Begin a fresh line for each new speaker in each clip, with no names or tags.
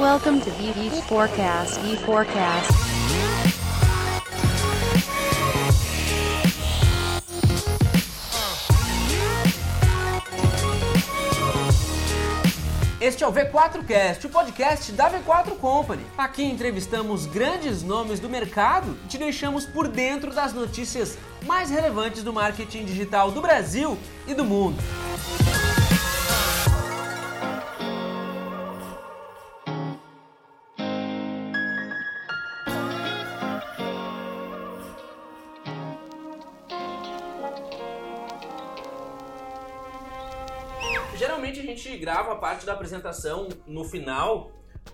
Welcome to VV Forecast.
Este é o V4Cast, o podcast da V4 Company. Aqui entrevistamos grandes nomes do mercado e te deixamos por dentro das notícias mais relevantes do marketing digital do Brasil e do mundo. Geralmente a gente grava a parte da apresentação no final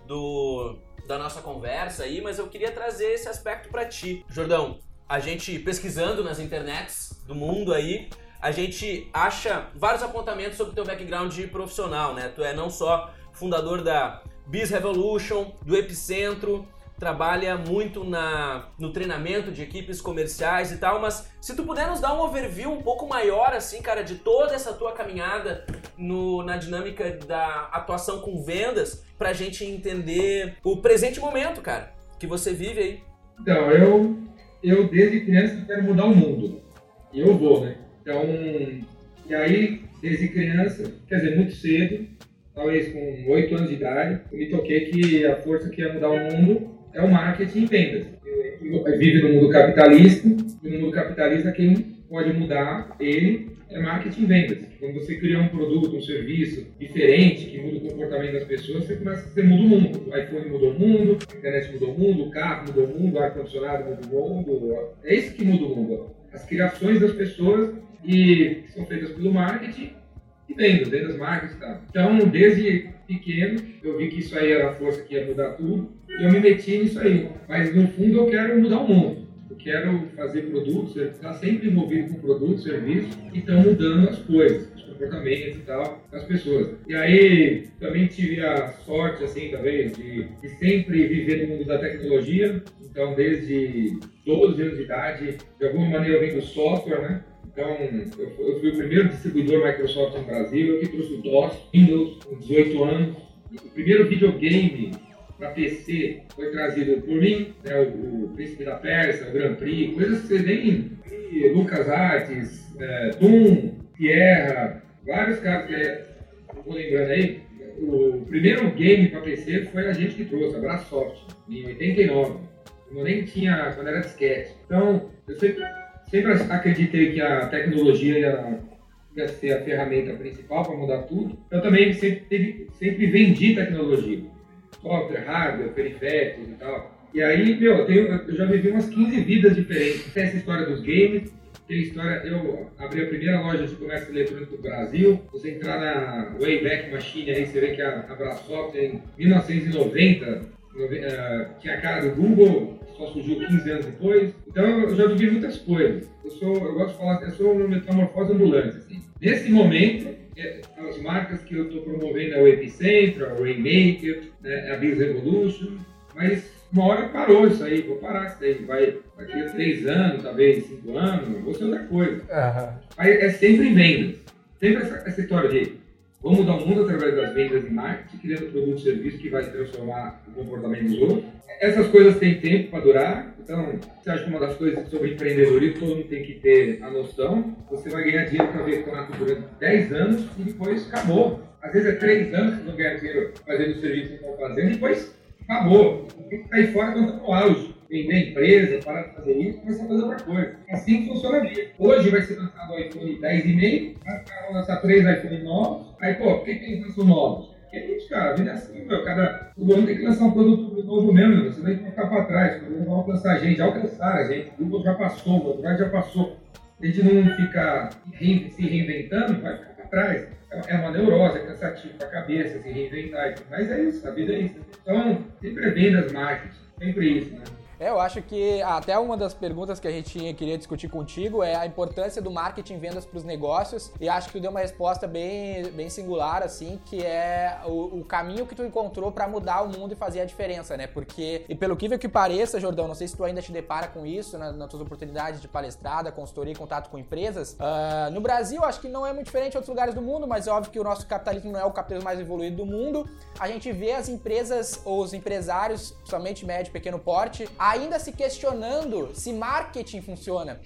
da nossa conversa aí, mas eu queria trazer esse aspecto para ti. Jordão, a gente pesquisando nas internets do mundo aí, a gente acha vários apontamentos sobre o teu background profissional, né? Tu é não só fundador da Biz Revolution, do Epicentro, trabalha muito no treinamento de equipes comerciais e tal, mas se tu puder nos dar um overview um pouco maior, assim, cara, de toda essa tua caminhada na dinâmica da atuação com vendas, pra gente entender o presente momento, cara, que você vive aí.
Então, eu desde criança quero mudar o mundo, e eu vou, né? Então, e aí, desde criança, quer dizer, muito cedo, talvez com 8 anos de idade, eu me toquei que a força que ia mudar o mundo é o marketing e vendas. Vive no mundo capitalista, e no mundo capitalista quem pode mudar ele é marketing e vendas. Quando você cria um produto, um serviço diferente, que muda o comportamento das pessoas, você muda o mundo. O iPhone mudou o mundo, a internet mudou o mundo, o carro mudou o mundo, o ar-condicionado mudou o mundo. É isso que muda o mundo. As criações das pessoas que são feitas pelo marketing e vendas marketing e tal. Então, desde pequeno, eu vi que isso aí era a força que ia mudar tudo. E eu me meti nisso aí, mas no fundo eu quero mudar o mundo. Eu quero fazer produtos, estar sempre envolvido com produtos, serviços, que estão mudando as coisas, os comportamentos e tal, das pessoas. E aí também tive a sorte, assim, talvez, de sempre viver no mundo da tecnologia. Então, desde 12 anos de idade, de alguma maneira eu venho do software, né? Então, eu fui o primeiro distribuidor Microsoft no Brasil, eu que trouxe o DOS, Windows, com 18 anos. O primeiro videogame para PC foi trazido por mim, né, o Príncipe da Pérsia, o Grand Prix, coisas que você nem... LucasArts, Doom, Sierra, vários caras que eu vou lembrando aí. O primeiro game para PC foi a gente que trouxe, a Brasoft, em 89. Eu nem tinha, quando era disquete. Então, eu sempre acreditei que a tecnologia ia ser a ferramenta principal para mudar tudo. Eu também sempre vendi tecnologia. Software, hardware, periféricos e tal. E aí, eu já vivi umas 15 vidas diferentes. Tem essa história dos games, tem a história... Eu abri a primeira loja de comércio eletrônico do Brasil. Você entrar na Wayback Machine aí, você vê que a Brasoft em 1990 tinha a cara do Google, só surgiu 15 anos depois. Então, eu já vivi muitas coisas. Eu gosto de falar que eu sou uma metamorfose ambulante, assim. Nesse momento, as marcas que eu estou promovendo é o Epicentro, a Rainmaker, né, a Biz Revolution, mas uma hora parou isso aí, vou parar isso aí, daqui a 3 anos, talvez 5 anos, vou ser outra coisa. Aí é sempre em vendas, sempre essa história de vamos mudar o mundo através das vendas e marketing, criando produto e serviço que vai transformar o comportamento dos outros. Essas coisas têm tempo para durar, então você acha que uma das coisas sobre empreendedorismo todo mundo tem que ter a noção, você vai ganhar dinheiro para ver quanto durante 10 anos e depois acabou. Às vezes é 3 anos que você não ganha dinheiro fazendo o serviço que estão fazendo e depois acabou. Tem que sair fora quando está no auge. Vender empresa, parar de fazer isso, começar a fazer outra coisa. Assim funciona a vida. Hoje vai ser lançado o iPhone 10,5, vai lançar 3 iPhone novos. Aí, por que eles lançam novos? Porque é isso, cara, a vida é assim, todo ano tem que lançar um produto novo mesmo, você vai ficar para trás, não vai alcançar a gente, já alcançaram a gente. O Google já passou, o Android já passou. Se a gente não ficar se reinventando, vai ficar para trás. É uma neurose, é cansativo para a cabeça se reinventar. Mas é isso, a vida é isso. Então, sempre é vendas, marketing, sempre isso, né?
Eu acho que até uma das perguntas que a gente queria discutir contigo é a importância do marketing vendas para os negócios, e acho que tu deu uma resposta bem singular, assim, que é o caminho que tu encontrou para mudar o mundo e fazer a diferença, né? Porque, e pelo que pareça, Jordão, não sei se tu ainda te depara com isso nas tuas oportunidades de palestrada, consultoria e contato com empresas. No Brasil, acho que não é muito diferente de outros lugares do mundo, mas é óbvio que o nosso capitalismo não é o capitalismo mais evoluído do mundo. A gente vê as empresas ou os empresários, principalmente médio e pequeno porte, ainda se questionando se marketing funciona.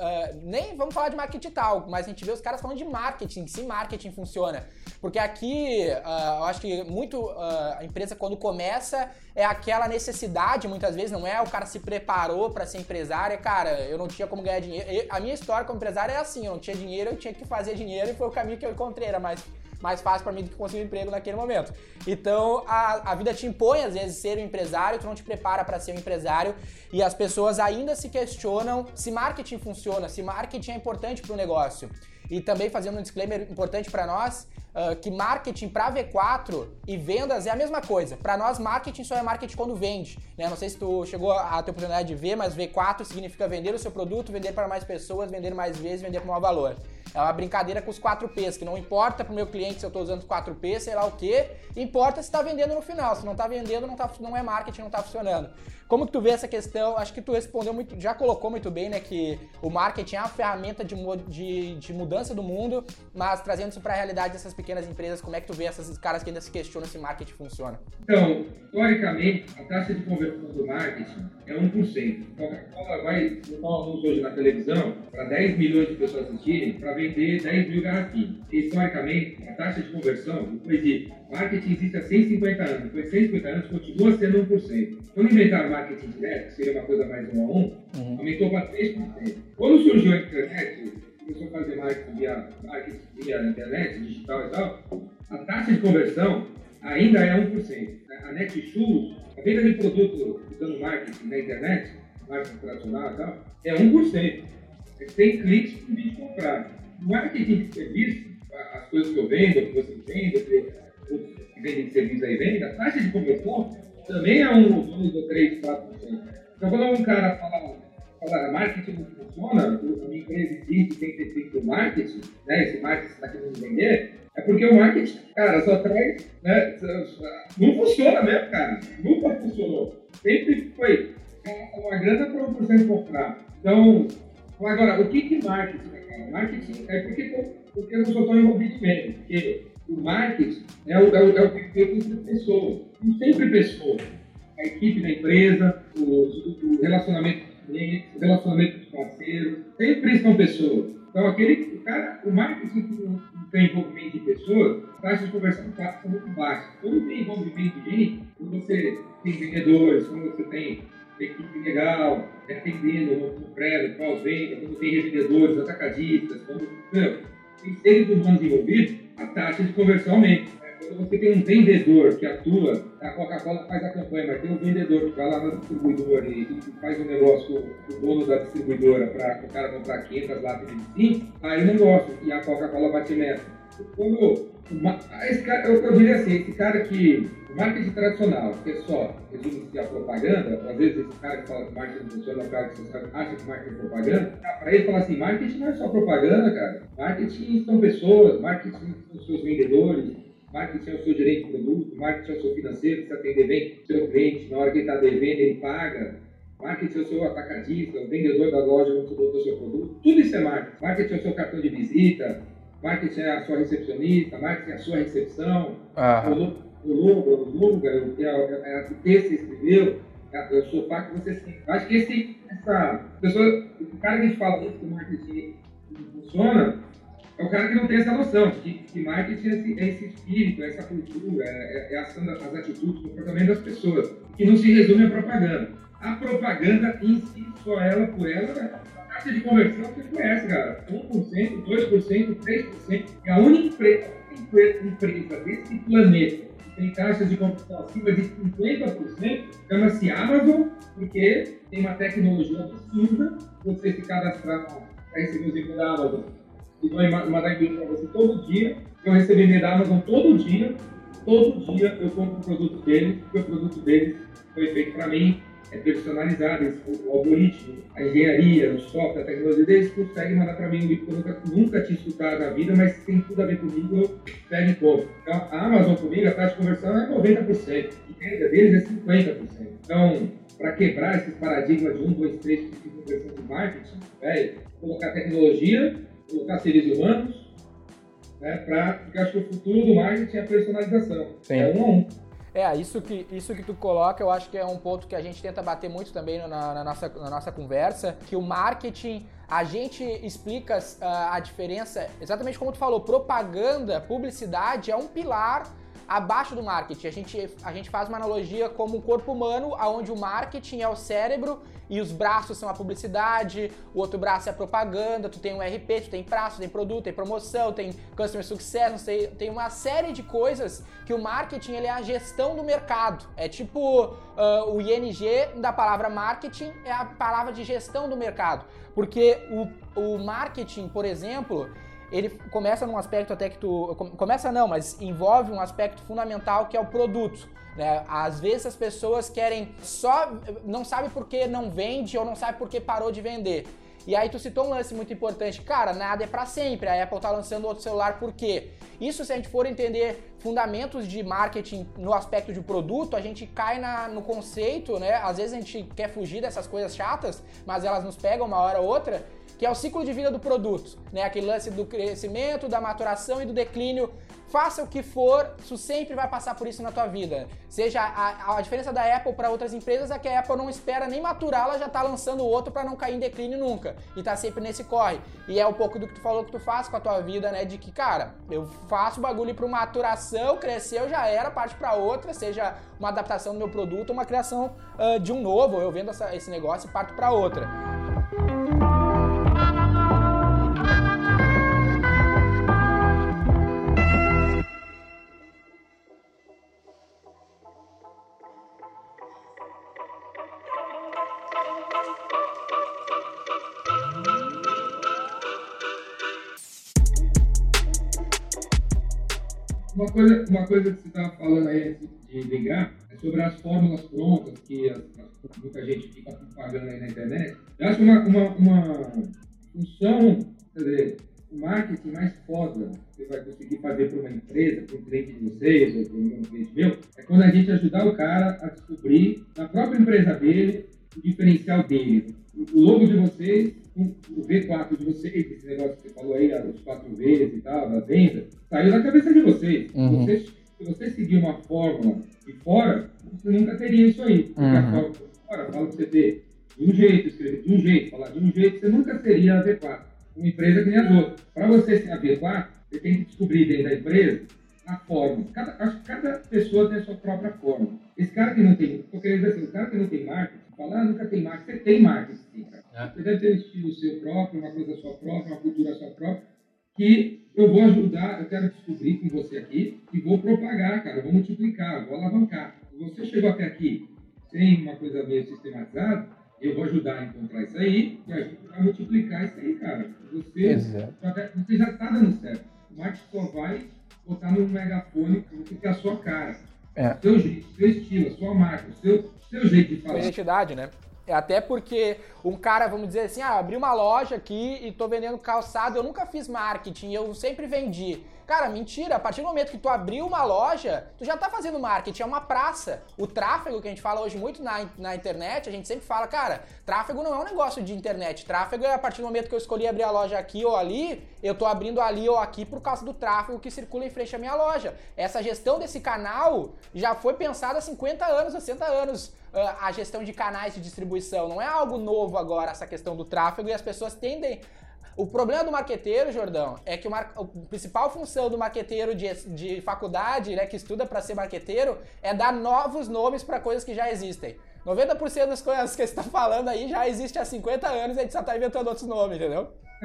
Nem vamos falar de marketing tal, mas a gente vê os caras falando de marketing, se marketing funciona. Porque aqui, eu acho que muito a empresa, quando começa, é aquela necessidade, muitas vezes, não é o cara se preparou para ser empresário, cara, eu não tinha como ganhar dinheiro. A minha história como empresário é assim, eu não tinha dinheiro, eu tinha que fazer dinheiro, e foi o caminho que eu encontrei, era mais fácil para mim do que conseguir um emprego naquele momento. Então, a vida te impõe, às vezes, ser um empresário, tu não te prepara para ser um empresário, e as pessoas ainda se questionam se marketing funciona, se marketing é importante para o negócio. E também fazendo um disclaimer importante para nós, que marketing para V4 e vendas é a mesma coisa. Para nós, marketing só é marketing quando vende, né? Não sei se tu chegou a ter oportunidade de ver, mas V4 significa vender o seu produto, vender para mais pessoas, vender mais vezes, vender com maior valor. É uma brincadeira com os 4Ps, que não importa pro meu cliente se eu estou usando os 4P, sei lá o quê, importa se está vendendo no final. Se não está vendendo, não é marketing, não está funcionando. Como que tu vê essa questão? Acho que tu respondeu muito, já colocou muito bem, né, que o marketing é uma ferramenta de mudança do mundo, mas trazendo isso para a realidade dessas pequenas empresas, como é que tu vê esses caras que ainda se questionam se marketing funciona?
Então, historicamente, a taxa de conversão do marketing é 1%. Então, a Coca-Cola vai botar um anúncio hoje na televisão para 10 milhões de pessoas assistirem para vender 10 mil garrafinhas. Historicamente, a taxa de conversão, depois de marketing existe há 150 anos, depois de 150 anos continua sendo 1%. Quando inventaram marketing direto, que seria uma coisa mais 1 a 1, aumentou para 3%. Quando surgiu a internet, começou a fazer marketing via internet, digital e tal, a taxa de conversão ainda é 1%. A Netshoes, a venda de produto usando marketing na internet, marketing tradicional e tal, é 1%. Tem cliques para o vídeo comprar. O marketing de serviço, as coisas que eu vendo, que você vende, que vendem de serviço aí vende, a taxa de conversão também é 1, 2, 3, 4%. Então, quando um cara fala marketing não funciona, a minha empresa existe, tem que ter feito marketing, né, esse marketing está querendo vender, é porque o marketing, cara, só traz, né, não funciona mesmo, cara, nunca funcionou. Sempre foi uma grana para 1% comprar. Então, agora, o que marketing é, cara? Marketing é porque eu só estou envolvido em meio, porque o marketing é o que feito entre pessoas, não sempre pessoas. A equipe da empresa, o relacionamento com os clientes, o relacionamento com os parceiros, sempre são pessoas. Então, o marketing que não tem envolvimento de pessoas, as taxas de conversão são muito baixas. Quando tem envolvimento de gente, quando você tem vendedores, quando você tem equipe legal, atendendo no pré, no pós-venda, quando tem revendedores, atacadistas, quando tem seres humanos envolvidos, a taxa de conversão aumenta. Quando você tem um vendedor que atua, a Coca-Cola faz a campanha, mas tem um vendedor que vai lá no distribuidor e faz um negócio com o dono da distribuidora para o cara comprar 500 latas de vinho, aí não gosta, e a Coca-Cola bate meta. Eu diria assim, esse cara que, o marketing tradicional, que é só resume-se a propaganda, às vezes esse cara que fala que marketing não funciona, é um cara que você acha que marketing é propaganda, para ele falar assim, marketing não é só propaganda, cara, marketing são pessoas, marketing são os seus vendedores, marketing é o seu gerente de produto, marketing é o seu financeiro, que você atender bem o seu cliente, na hora que ele está devendo, ele paga. Marketing é o seu atacadista, o vendedor da loja não botou o seu produto. Tudo isso é marketing. Marketing é o seu cartão de visita, marketing é a sua recepcionista, marketing é a sua recepção, o logo, é a que você escreveu, é o sofá que você sente. Acho que essa pessoa, o cara que a gente fala isso, que o marketing não funciona, é o cara que não tem essa noção de que marketing é esse espírito, é essa cultura, é a ação das atitudes, o comportamento das pessoas, que não se resume à propaganda. A propaganda em si, só ela por ela, a taxa de conversão que foi essa, cara. 1%, 2%, 3%. É a única empresa desse planeta que tem taxas de conversão acima de 50%, chama-se Amazon, porque tem uma tecnologia absurda, você se cadastrar para receber os e-mails da Amazon. E vai mandar e-mail para você todo dia. Eu recebi e-mail da Amazon todo dia. todo dia eu compro um produto deles, porque o produto deles foi feito para mim, é personalizado, o algoritmo, a engenharia, o software, a tecnologia deles conseguem mandar para mim um livro que eu nunca tinha escutado na vida, mas tem tudo a ver comigo, eu pego e compro. Então, a Amazon comigo, a taxa de conversão é 90%, e a renda deles é 50%. Então, para quebrar esses paradigmas de 1, 2, 3, de conversão de marketing, colocar tecnologia, colocar seres humanos, né, porque eu acho que o futuro do marketing é a personalização. Sim. É 1 a 1.
Isso que tu coloca, eu acho que é um ponto que a gente tenta bater muito também na nossa conversa, que o marketing, a gente explica a diferença, exatamente como tu falou, propaganda, publicidade é um pilar abaixo do marketing. A gente faz uma analogia como um corpo humano, onde o marketing é o cérebro e os braços são a publicidade, o outro braço é a propaganda, tu tem um RP, tu tem prazo, tem produto, tem promoção, tem customer success, não sei, tem uma série de coisas que o marketing ele é a gestão do mercado. É tipo o ING da palavra marketing é a palavra de gestão do mercado. Porque o marketing, por exemplo, ele começa num aspecto até que começa não, mas envolve um aspecto fundamental que é o produto, né? Às vezes as pessoas querem não sabe por que não vende ou não sabe por que parou de vender. E aí tu citou um lance muito importante, cara, nada é pra sempre, a Apple tá lançando outro celular por quê? Isso, se a gente for entender fundamentos de marketing no aspecto de produto, a gente cai no conceito, né? Às vezes a gente quer fugir dessas coisas chatas, mas elas nos pegam uma hora ou outra, que é o ciclo de vida do produto, né? Aquele lance do crescimento, da maturação e do declínio. Faça o que for, isso sempre vai passar por isso na tua vida. Seja a diferença da Apple para outras empresas é que a Apple não espera nem maturar, ela já tá lançando outro para não cair em declínio nunca. E tá sempre nesse corre. E é um pouco do que tu falou que tu faz com a tua vida, né? De que, cara, eu faço o bagulho para maturação, cresceu, já era, parte para outra, seja uma adaptação do meu produto, uma criação de um novo, eu vendo esse negócio e parto para outra.
Uma coisa que você estava falando aí antes de ligar é sobre as fórmulas prontas que muita gente fica pagando aí na internet. Eu acho uma função, quer dizer, o marketing mais foda que você vai conseguir fazer para uma empresa, para um cliente de vocês ou para um cliente meu, é quando a gente ajudar o cara a descobrir na própria empresa dele o diferencial dele. O logo de vocês, o V4 de vocês, esse negócio que você falou aí, os 4 Vs e tal, da venda, saiu da cabeça de vocês.
Uhum.
Se você seguir uma fórmula de fora, você nunca teria isso aí. Porque a fórmula de fora fala que você ter de um jeito, escrever de um jeito, falar de um jeito, você nunca seria a V4. Uma empresa que nem as outras. Para você ser a V4, você tem que descobrir dentro da empresa a fórmula. Acho que cada pessoa tem a sua própria fórmula. Esse cara que não tem, estou querendo dizer assim, o cara que não tem marketing, fala, nunca tem marketing. Você tem marketing, sim, cara. Você deve ter um estilo seu próprio, uma coisa sua própria, uma cultura sua própria, que eu vou ajudar, eu quero descobrir com você aqui e vou propagar, cara, vou multiplicar, vou alavancar. Se você chegou até aqui sem uma coisa meio sistematizada, eu vou ajudar a encontrar isso aí e a gente vai multiplicar isso aí, cara. Você já está dando certo. O marketing só vai botar no megafone que é a sua cara. O seu jeito, o seu estilo, a sua marca, o seu jeito de falar.
A identidade, né? Até porque um cara, vamos dizer assim, abri uma loja aqui e tô vendendo calçado, eu nunca fiz marketing, eu sempre vendi. Cara, mentira, a partir do momento que tu abriu uma loja, tu já tá fazendo marketing, é uma praça. O tráfego que a gente fala hoje muito na internet, a gente sempre fala, cara, tráfego não é um negócio de internet, tráfego é a partir do momento que eu escolhi abrir a loja aqui ou ali, eu tô abrindo ali ou aqui por causa do tráfego que circula em frente à minha loja. Essa gestão desse canal já foi pensada há 50 anos, 60 anos, a gestão de canais de distribuição. Não é algo novo agora essa questão do tráfego e as pessoas tendem... O problema do marqueteiro, Jordão, é que a principal função do marqueteiro de faculdade, né, que estuda para ser marqueteiro, é dar novos nomes para coisas que já existem. 90% das coisas que você está falando aí já existe há 50 anos e a gente só está inventando outros nomes, entendeu?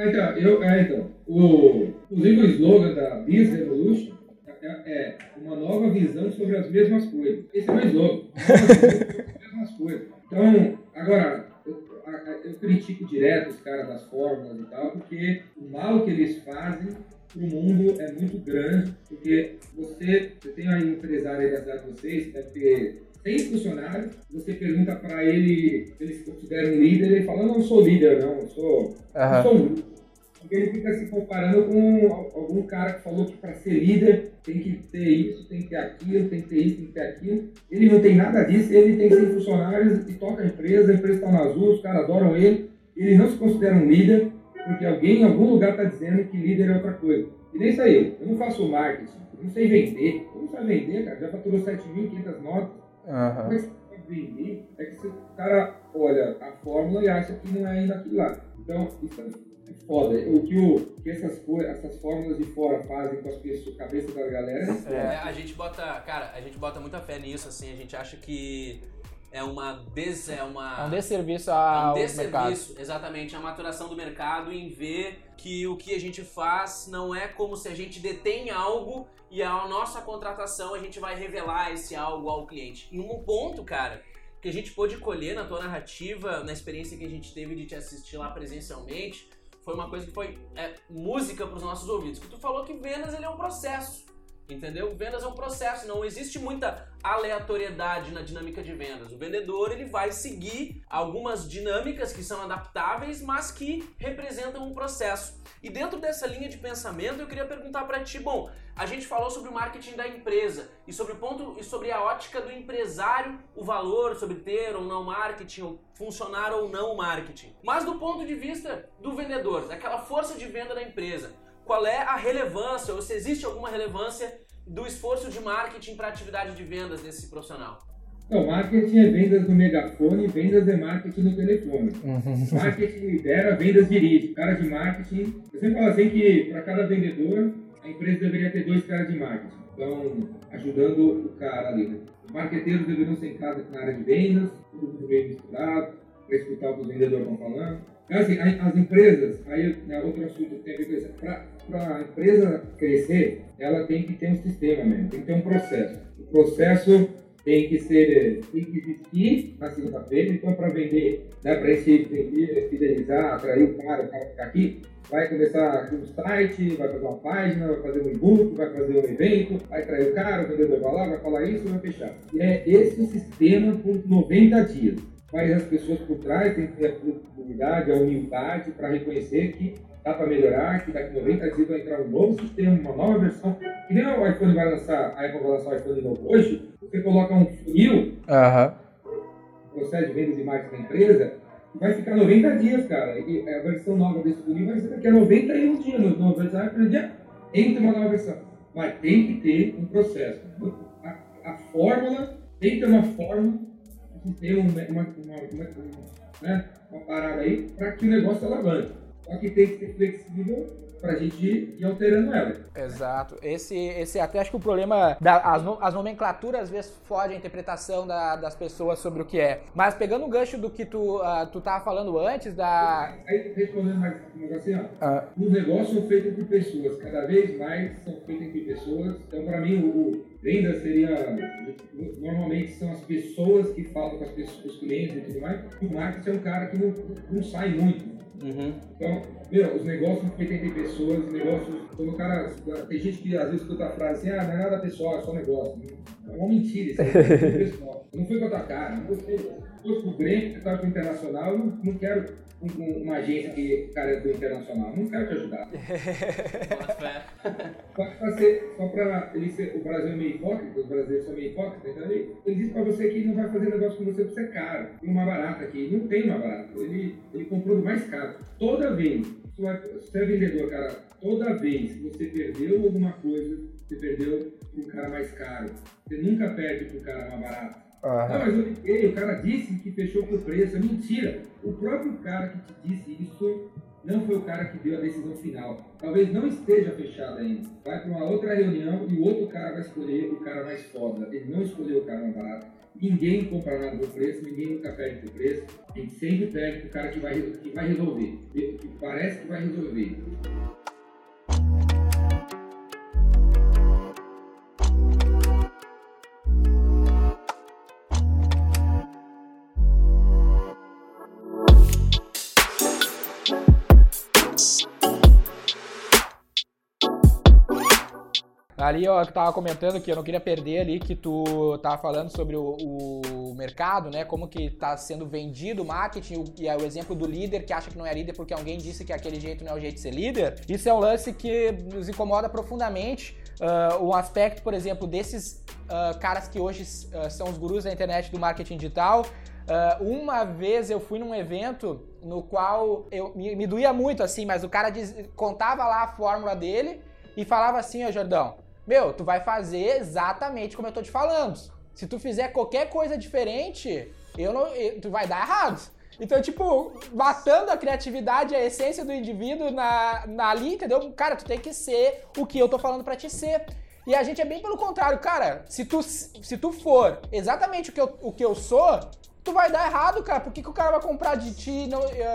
Inclusive o slogan da Biz Revolution é uma nova visão sobre as mesmas coisas. Esse é o meu slogan. As mesmas coisas. Então, agora, eu critico direto os caras das fórmulas e tal, porque o mal que eles fazem pro mundo é muito grande, porque Porque você tem aí um empresário aí da cidade de vocês, deve ter 100 funcionários, você pergunta para ele se ele se considera um líder, ele fala, não sou líder, não sou um líder. Porque ele fica se comparando com algum cara que falou que para ser líder tem que ter isso, tem que ter aquilo, tem que ter isso, tem que ter aquilo. Ele não tem nada disso, ele tem 100 funcionários e toca a empresa está no azul, os caras adoram ele. Ele não se considera um líder, porque alguém em algum lugar está dizendo que líder é outra coisa. E nem isso aí, eu não faço marketing, eu não sei vender. Eu não sei vender, cara, já faturou 7.500 notas. Como é que você pode vender? É que o cara olha a fórmula e acha que não é ainda aquilo lá. Então, isso é foda. O que essas fórmulas de fora fazem com as pessoas, cabeça da galera.
A gente bota muita fé nisso, assim, a gente acha que é um desserviço ao mercado. Exatamente, a maturação do mercado em ver que o que a gente faz não é como se a gente detém algo e a nossa contratação a gente vai revelar esse algo ao cliente. E um ponto, cara, que a gente pôde colher na tua narrativa, na experiência que a gente teve de te assistir lá presencialmente, foi uma coisa que foi música para os nossos ouvidos. Que tu falou que vendas ele é um processo. Entendeu? Vendas é um processo, não existe muita aleatoriedade na dinâmica de vendas. O vendedor ele vai seguir algumas dinâmicas que são adaptáveis, mas que representam um processo. E dentro dessa linha de pensamento eu queria perguntar para ti, bom, a gente falou sobre o marketing da empresa e sobre a ótica do empresário, o valor sobre ter ou não marketing, ou funcionar ou não o marketing. Mas do ponto de vista do vendedor, daquela força de venda da empresa, qual é a relevância, ou se existe alguma relevância do esforço de marketing para a atividade de vendas desse profissional?
Não, marketing é vendas no megafone, vendas é marketing no telefone. Marketing lidera, vendas dirige. Cara de marketing, eu sempre falo assim que para cada vendedor, a empresa deveria ter 2 caras de marketing. Então, ajudando o cara ali, né? Os marqueteiros deveriam sentar na área de vendas, tudo muito bem misturado, para escutar o que os vendedores estão falando. Então, assim, as empresas, aí outro assunto que tem a ver com isso, para a empresa crescer, ela tem que ter um sistema mesmo, tem que ter um processo. O processo tem que existir na segunda-feira, então para vender, né, para a gente fidelizar, atrair o cara ficar aqui, vai começar com um site, vai fazer uma página, vai fazer um e-book, vai fazer um evento, vai atrair o cara, o vendedor vai lá, vai falar isso e vai fechar. E é esse o sistema por 90 dias. Mas as pessoas por trás têm que ter a flexibilidade, a humildade para reconhecer que dá para melhorar, que daqui a 90 dias vai entrar um novo sistema, uma nova versão. Que nem o iPhone vai lançar, a Apple vai lançar o iPhone novo hoje, você coloca um funil, processo de vendas e marketing da empresa, vai ficar 90 dias, cara. E a versão nova desse funil vai ser daqui a 91 dias. No 91 dia entra uma nova versão. Mas tem que ter um processo. A fórmula, tem que ter uma fórmula, ter uma parada aí para que o negócio alavanque. Só que tem que ser flexível para a gente ir alterando ela. Exato.
Esse até acho que o problema, as nomenclaturas às vezes fogem a interpretação das pessoas sobre o que é. Mas pegando o gancho do que tu tava falando antes
Aí respondendo mais um negócio assim, os negócios são feitos por pessoas, cada vez mais são feitos por pessoas. Então para mim o venda seria, normalmente são as pessoas que falam com as pessoas, os clientes e tudo mais. O marketing é um cara que não sai muito. Então, os negócios são feitos entre pessoas, quando o cara, tem gente que às vezes escuta a frase assim, não é nada pessoal, é só negócio. É uma mentira, isso é pessoal. Eu não fui com a tua cara, não gostei. Eu fui pro Grêmio, eu estava pro Internacional, eu não quero uma agência que o cara é do Internacional, não quero te ajudar. Só pra ele ser, o Brasil é meio hipócrita, os brasileiros são meio hipócritas, então ele diz pra você que não vai fazer negócio com você porque você é caro, tem uma barata aqui, não tem uma barata, ele comprou do mais caro. Toda vez, se você é vendedor, cara, toda vez que você perdeu alguma coisa, você perdeu para um cara mais caro, você nunca perde para um cara mais barato. Não, mas eu liguei, o cara disse que fechou por preço, é mentira. O próprio cara que te disse isso não foi o cara que deu a decisão final. Talvez não esteja fechado ainda. Vai para uma outra reunião e o outro cara vai escolher o cara mais foda. Ele não escolheu o cara mais barato. Ninguém compra nada por preço, ninguém nunca perde por preço. A gente sempre perde pro cara que vai resolver. Que parece que vai resolver.
Ali, ó, que tava comentando que eu não queria perder ali, que tu tava falando sobre o mercado, né? Como que tá sendo vendido o marketing, e é o exemplo do líder que acha que não é líder porque alguém disse que aquele jeito não é o jeito de ser líder. Isso é um lance que nos incomoda profundamente. O aspecto, por exemplo, desses caras que hoje são os gurus da internet do marketing digital. Uma vez eu fui num evento no qual me doía muito, assim, mas o cara contava lá a fórmula dele e falava assim, ó, Jordão, tu vai fazer exatamente como eu tô te falando. Se tu fizer qualquer coisa diferente, tu vai dar errado. Então, tipo, matando a criatividade, a essência do indivíduo ali, entendeu? Cara, tu tem que ser o que eu tô falando pra te ser. E a gente é bem pelo contrário, cara. Se tu for exatamente o que eu sou, tu vai dar errado, cara. Por que o cara vai comprar de ti,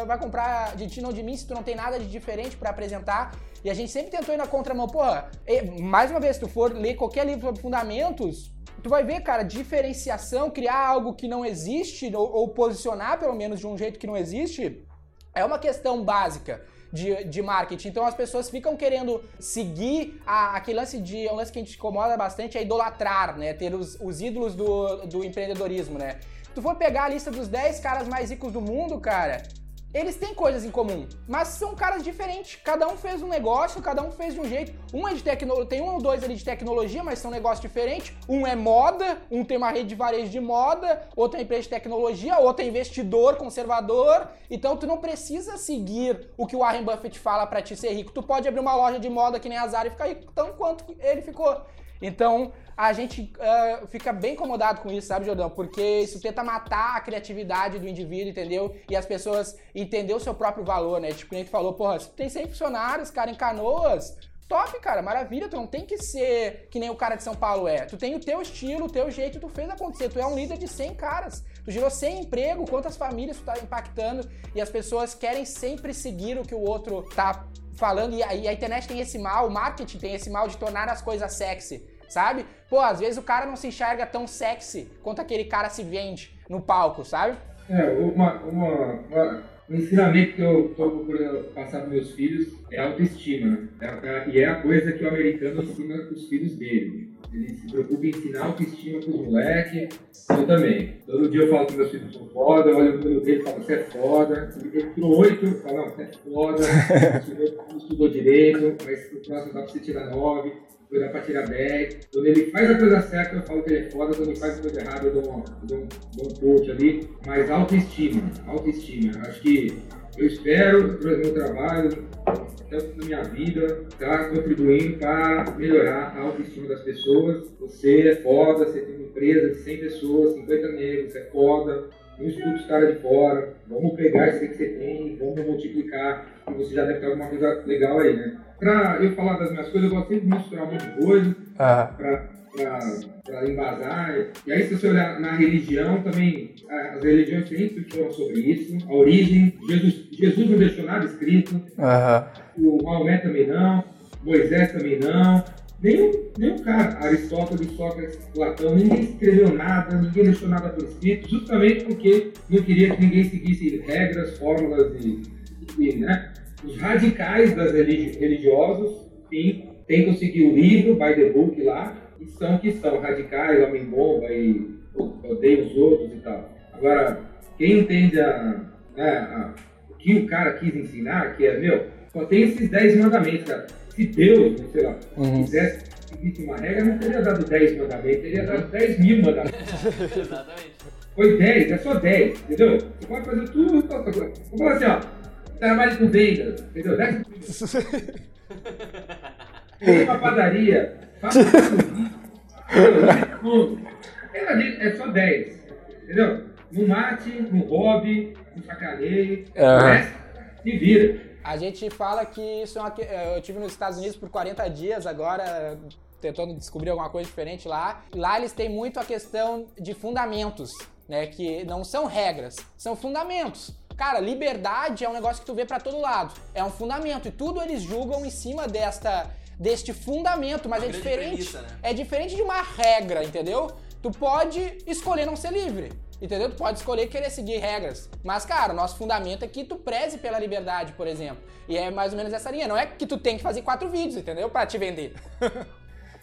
não de mim, se tu não tem nada de diferente pra apresentar? E a gente sempre tentou ir na contramão. Porra, mais uma vez, se tu for ler qualquer livro sobre fundamentos, tu vai ver, cara, diferenciação, criar algo que não existe, ou posicionar, pelo menos, de um jeito que não existe, é uma questão básica de marketing. Então as pessoas ficam querendo seguir aquele lance um lance que a gente incomoda bastante, é idolatrar, né? Ter os ídolos do empreendedorismo, né? Se tu for pegar a lista dos 10 caras mais ricos do mundo, cara, eles têm coisas em comum, mas são caras diferentes. Cada um fez um negócio, cada um fez de um jeito. Um é de tecnologia, tem um ou dois ali de tecnologia, mas são negócios diferentes. Um é moda, um tem uma rede de varejo de moda, outro é empresa de tecnologia, outro é investidor, conservador. Então tu não precisa seguir o que o Warren Buffett fala pra te ser rico. Tu pode abrir uma loja de moda que nem a Zara e ficar rico tanto quanto ele ficou. Então, a gente fica bem incomodado com isso, sabe, Jordão? Porque isso tenta matar a criatividade do indivíduo, entendeu? E as pessoas entender o seu próprio valor, né? Tipo, a gente falou, porra, se tu tem 100 funcionários, cara, em Canoas, top, cara, maravilha. Tu não tem que ser que nem o cara de São Paulo é. Tu tem o teu estilo, o teu jeito, tu fez acontecer. Tu é um líder de 100 caras. Tu gerou 100 empregos, quantas famílias tu tá impactando. E as pessoas querem sempre seguir o que o outro tá falando. E a internet tem esse mal, o marketing tem esse mal de tornar as coisas sexy, sabe? Pô, às vezes o cara não se enxerga tão sexy quanto aquele cara se vende no palco, sabe?
Um ensinamento que eu estou procurando passar para meus filhos é a autoestima. E é a coisa que o americano ensina para os filhos dele. Ele se preocupa em ensinar autoestima para os moleques. Eu também. Todo dia eu falo que meus filhos são foda, eu olho no número dele e falo, você é foda. Ele tirou 8, eu falo, não, você é foda. Não estudou direito, mas no próximo dá para você tirar 9. Dá pra tirar 10. Quando ele faz a coisa certa, eu falo que ele é foda. Quando ele faz a coisa errada, eu dou um coach ali. Mas autoestima. Acho que eu espero, pelo meu trabalho, até o fim da minha vida, tá contribuindo para melhorar a autoestima das pessoas. Você é foda, você tem uma empresa de 100 pessoas, 50 negros, você é foda. Não escuta os caras de fora. Vamos pegar isso que você tem, vamos multiplicar. E você já deve ter alguma coisa legal aí, né? Pra eu falar das minhas coisas, eu gosto sempre de misturar um monte de coisa pra embasar. E aí, se você olhar na religião, também, as religiões sempre foram sobre isso. A origem, Jesus não deixou nada escrito. O Maomé também não. Moisés também não. Nenhum cara, Aristóteles, Sócrates, Platão, ninguém escreveu nada, ninguém deixou nada por escrito, justamente porque não queria que ninguém seguisse regras, fórmulas e né? Os radicais das religiosos, sim, tentam seguir o livro, by the book lá, e são que são radicais, homem-bomba e odeiam os outros e tal. Agora, quem entende o que o cara quis ensinar, que é, só tem esses 10 mandamentos, cara. Se Deus, sei lá, quisesse seguir uma regra, não teria dado 10 mandamentos, teria dado 10 mil mandamentos.
Exatamente.
Foi 10, é só 10, entendeu? Você pode fazer tudo, vamos falar assim, ó. Trabalhe com vendas, entendeu? 10 Tem uma padaria, faça tudo. É só 10, entendeu? Não mate, não roube, não sacaneie, se vira.
A gente fala que isso é eu estive nos Estados Unidos por 40 dias agora, tentando descobrir alguma coisa diferente lá. Lá eles têm muito a questão de fundamentos, né? Que não são regras, são fundamentos. Cara, liberdade é um negócio que tu vê pra todo lado. É um fundamento. E tudo eles julgam em cima deste fundamento. Mas é diferente. Premissa, né? É diferente de uma regra, entendeu? Tu pode escolher não ser livre. Entendeu? Tu pode escolher querer seguir regras. Mas, cara, o nosso fundamento é que tu preze pela liberdade, por exemplo. E é mais ou menos essa linha. Não é que tu tem que fazer 4 vídeos, entendeu? Pra te vender.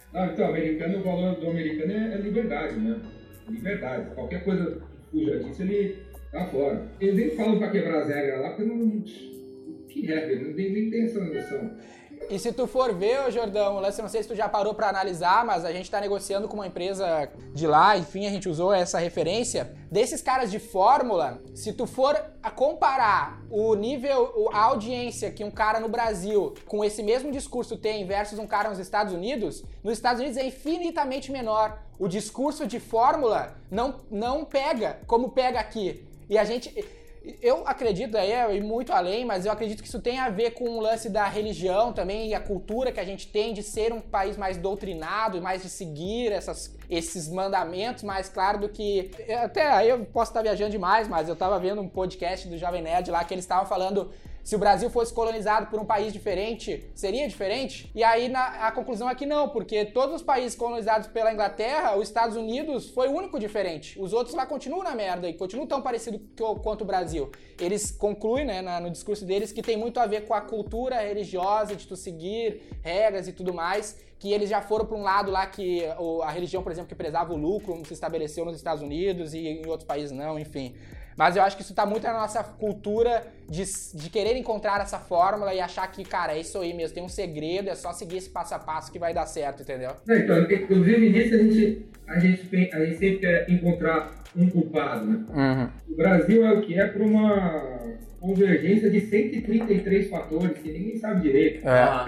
Não, então, o valor do americano é liberdade, né? Liberdade. Qualquer coisa que fuja disso, ele tá fora. Eles nem falam pra quebrar as regras lá, porque não... Que regra? Nem tem essa noção.
E se tu for ver, ô Jordão, o lance, não sei se tu já parou pra analisar, mas a gente tá negociando com uma empresa de lá, enfim, a gente usou essa referência. Desses caras de fórmula, se tu for a comparar o nível, a audiência que um cara no Brasil com esse mesmo discurso tem versus um cara nos Estados Unidos é infinitamente menor. O discurso de fórmula não pega como pega aqui. E a gente... Eu acredito, aí é ir muito além, mas eu acredito que isso tem a ver com o lance da religião também e a cultura que a gente tem de ser um país mais doutrinado e mais de seguir esses mandamentos mais claro do que... Até aí eu posso estar viajando demais, mas eu estava vendo um podcast do Jovem Nerd lá que eles estavam falando... Se o Brasil fosse colonizado por um país diferente, seria diferente? E aí a conclusão é que não, porque todos os países colonizados pela Inglaterra, os Estados Unidos foi o único diferente. Os outros lá continuam na merda e continuam tão parecidos quanto o Brasil. Eles concluem, né, no discurso deles, que tem muito a ver com a cultura religiosa, de tu seguir regras e tudo mais, que eles já foram para um lado lá que a religião, por exemplo, que prezava o lucro, se estabeleceu nos Estados Unidos e em outros países não, enfim... Mas eu acho que isso tá muito na nossa cultura de querer encontrar essa fórmula e achar que, cara, é isso aí mesmo, tem um segredo, é só seguir esse passo a passo que vai dar certo, entendeu?
Então, inclusive nisso a gente sempre quer encontrar um culpado, né? Uhum. O Brasil é o que é por uma convergência de 133 fatores que ninguém sabe direito.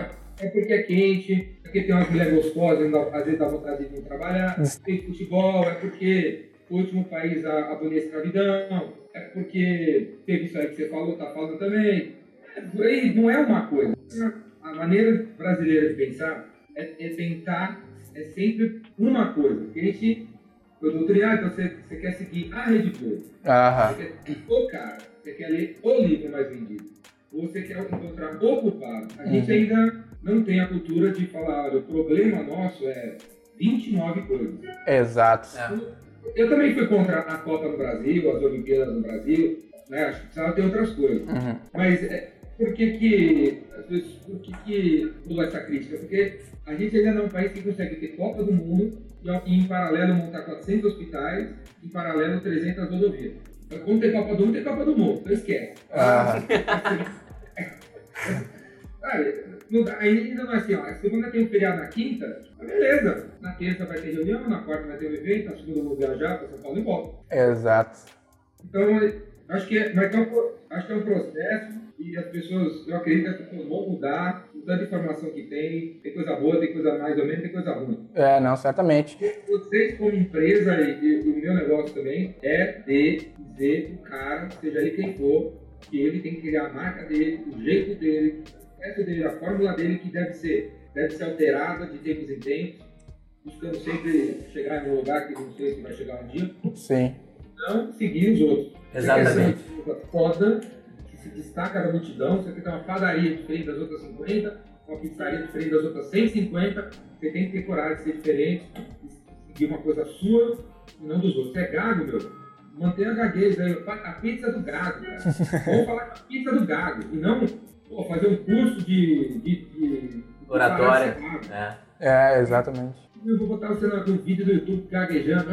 É porque é quente, é porque tem umas mulheres gostosas, às vezes dá vontade de vir trabalhar, tem futebol, é porque... O último país a abolir a escravidão, é porque teve isso aí que você falou, tá falando também. Não é uma coisa. A maneira brasileira de pensar é tentar, é sempre uma coisa. Porque a gente, eu doutrinar, então você quer seguir a Rede Globo. Você quer seguir o cara, você quer ler o livro mais vendido. Ou você quer encontrar o culpado. A gente ainda não tem a cultura de falar, olha, o problema nosso é 29 coisas.
Exato.
Eu também fui contra a Copa no Brasil, as Olimpíadas no Brasil, né? Acho que precisava ter outras coisas. Mas por que pula essa crítica? Porque a gente ainda não é um país que consegue ter Copa do Mundo e em paralelo montar 400 hospitais, em paralelo 300 rodovias. Então, quando tem Copa do Mundo, tem Copa do Mundo. Então esquece. Ainda não é assim, ó, a segunda tem um feriado na quinta, beleza. Na terça vai ter reunião, na quarta vai ter um evento, na segunda eu vou viajar para São Paulo e volta.
Exato.
Então, acho que é um processo e as pessoas, eu acredito que as pessoas vão mudar, com tanta informação que tem coisa boa, tem coisa mais ou menos, tem coisa ruim.
Não, certamente.
Vocês como empresa e o meu negócio também é de dizer o cara, seja ele quem for, que ele tem que criar a marca dele, o jeito dele, a fórmula dele que deve ser alterada de tempos em tempos, buscando sempre chegar em um lugar que não sei se vai chegar um dia.
Sim.
Não seguir os outros.
Exatamente.
Você quer ser uma foda, que se destaca da multidão, você quer ter uma padaria diferente das outras 50, uma pizzaria diferente das outras 150, você tem que ter coragem de ser diferente, seguir uma coisa sua e não dos outros. Você é gago, meu? Mantenha a gagueza aí, a pizza do gago, cara. Vamos falar com a pizza do gago, e não fazer um curso de
oratória.
Exatamente.
Eu vou botar você no vídeo do YouTube gaguejando.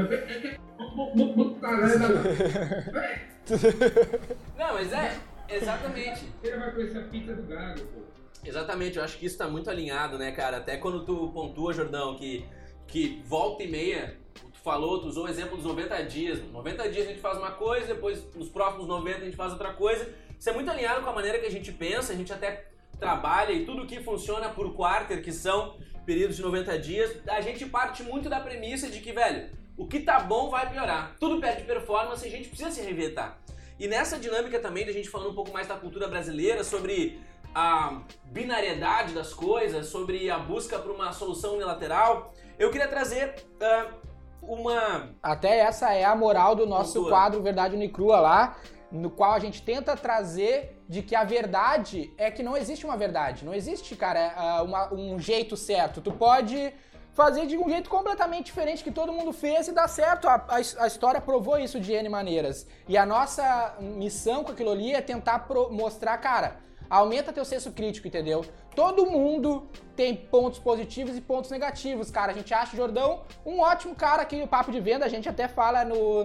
Não, mas exatamente.
Ele vai conhecer a pizza do gago, pô.
Exatamente, eu acho que isso tá muito alinhado, né, cara? Até quando tu pontua, Jordão, que volta e meia, tu usou o exemplo dos 90 dias. 90 dias a gente faz uma coisa, depois nos próximos 90 a gente faz outra coisa. Isso é muito alinhado com a maneira que a gente pensa, a gente até trabalha e tudo que funciona por quarter, que são períodos de 90 dias, a gente parte muito da premissa de que, velho, o que tá bom vai piorar. Tudo perde performance e a gente precisa se reinventar. E nessa dinâmica também, da gente falando um pouco mais da cultura brasileira, sobre a binariedade das coisas, sobre a busca por uma solução unilateral, eu queria trazer uma... Até essa é a moral do nosso quadro Verdade Unicrua lá, no qual a gente tenta trazer de que a verdade é que não existe uma verdade. Não existe, cara, um jeito certo. Tu pode fazer de um jeito completamente diferente que todo mundo fez e dá certo. A história provou isso de N maneiras. E a nossa missão com aquilo ali é tentar mostrar, cara, aumenta teu senso crítico, entendeu?
todo mundo tem pontos positivos e pontos negativos, cara. A gente acha o Jordão um ótimo cara aqui no Papo de Venda. A gente até fala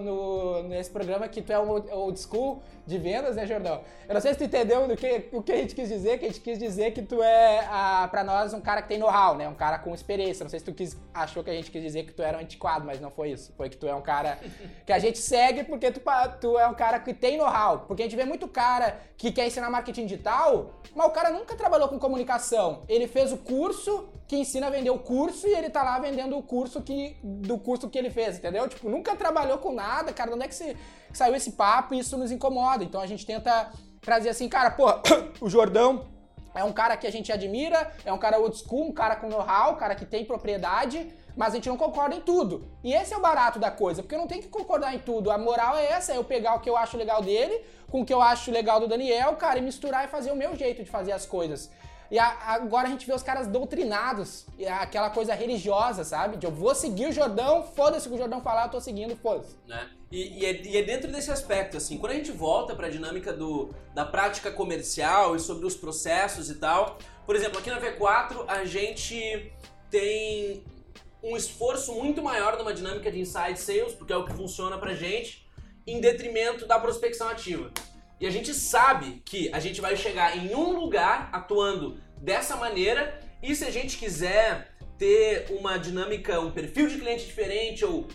nesse programa que tu é um old school de vendas, né, Jordão? Eu não sei se tu entendeu o que a gente quis dizer, que a gente quis dizer que tu é, pra nós, um cara que tem know-how, né? Um cara com experiência. Não sei se tu achou que a gente quis dizer que tu era um antiquado, mas não foi isso. Foi que tu é um cara que a gente segue porque tu é um cara que tem know-how. Porque a gente vê muito cara que quer ensinar marketing digital, mas o cara nunca trabalhou com comunicação. Ele fez o curso que ensina a vender o curso e ele tá lá vendendo o curso do curso que ele fez, entendeu? Tipo, nunca trabalhou com nada, cara. De onde é que saiu esse papo? E isso nos incomoda. Então a gente tenta trazer assim, cara, pô, o Jordão é um cara que a gente admira, é um cara old school, um cara com know-how, um cara que tem propriedade, mas a gente não concorda em tudo. E esse é o barato da coisa, porque eu não tenho que concordar em tudo. A moral é essa, é eu pegar o que eu acho legal dele com o que eu acho legal do Daniel, cara, e misturar e fazer o meu jeito de fazer as coisas. E agora a gente vê os caras doutrinados, aquela coisa religiosa, sabe? De eu vou seguir o Jordão, foda-se o que o Jordão falar, eu tô seguindo, foda-se.
Né? E é dentro desse aspecto, assim, quando a gente volta pra dinâmica da prática comercial e sobre os processos e tal, por exemplo, aqui na V4 a gente tem um esforço muito maior numa dinâmica de inside sales, porque é o que funciona pra gente, em detrimento da prospecção ativa. E a gente sabe que a gente vai chegar em um lugar atuando dessa maneira, e se a gente quiser ter uma dinâmica, um perfil de cliente diferente ou